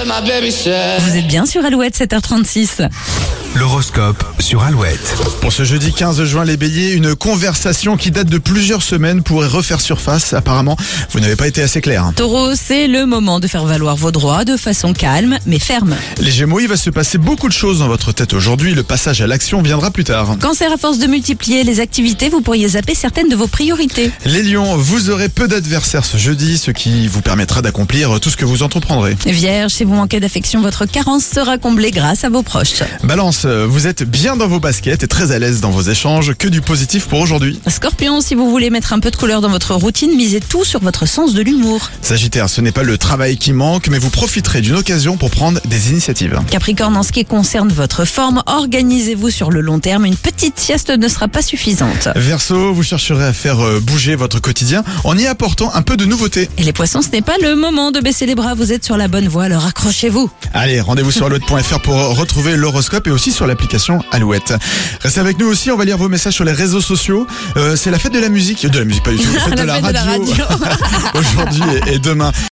Vous êtes bien sur Alouette, 7h36. L'horoscope sur Alouette. Pour ce jeudi 15 juin, les béliers, une conversation qui date de plusieurs semaines pourrait refaire surface. Apparemment, vous n'avez pas été assez clair. Taureau, c'est le moment de faire valoir vos droits de façon calme mais ferme. Les gémeaux, il va se passer beaucoup de choses dans votre tête aujourd'hui. Le passage à l'action viendra plus tard. Cancer, à force de multiplier les activités, vous pourriez zapper certaines de vos priorités. Les lions, vous aurez peu d'adversaires ce jeudi, ce qui vous permettra d'accomplir tout ce que vous entreprendrez. Vierge, si vous manquez d'affection, votre carence sera comblée grâce à vos proches. Balance, vous êtes bien dans vos baskets et très à l'aise dans vos échanges. Que du positif pour aujourd'hui. Scorpion, si vous voulez mettre un peu de couleur dans votre routine, misez tout sur votre sens de l'humour. Sagittaire, ce n'est pas le travail qui manque, mais vous profiterez d'une occasion pour prendre des initiatives. Capricorne, en ce qui concerne votre forme, organisez-vous sur le long terme. Une petite sieste ne sera pas suffisante. Verseau, vous chercherez à faire bouger votre quotidien en y apportant un peu de nouveauté. Et les poissons, ce n'est pas le moment de baisser les bras, vous êtes sur la bonne voie, alors accrochez-vous. Allez, rendez-vous sur alouette.fr pour retrouver l'horoscope et aussi sur l'application Alouette. Restez avec nous aussi, on va lire vos messages sur les réseaux sociaux. C'est la fête de la musique, pas du tout, la fête de la radio. Aujourd'hui et demain.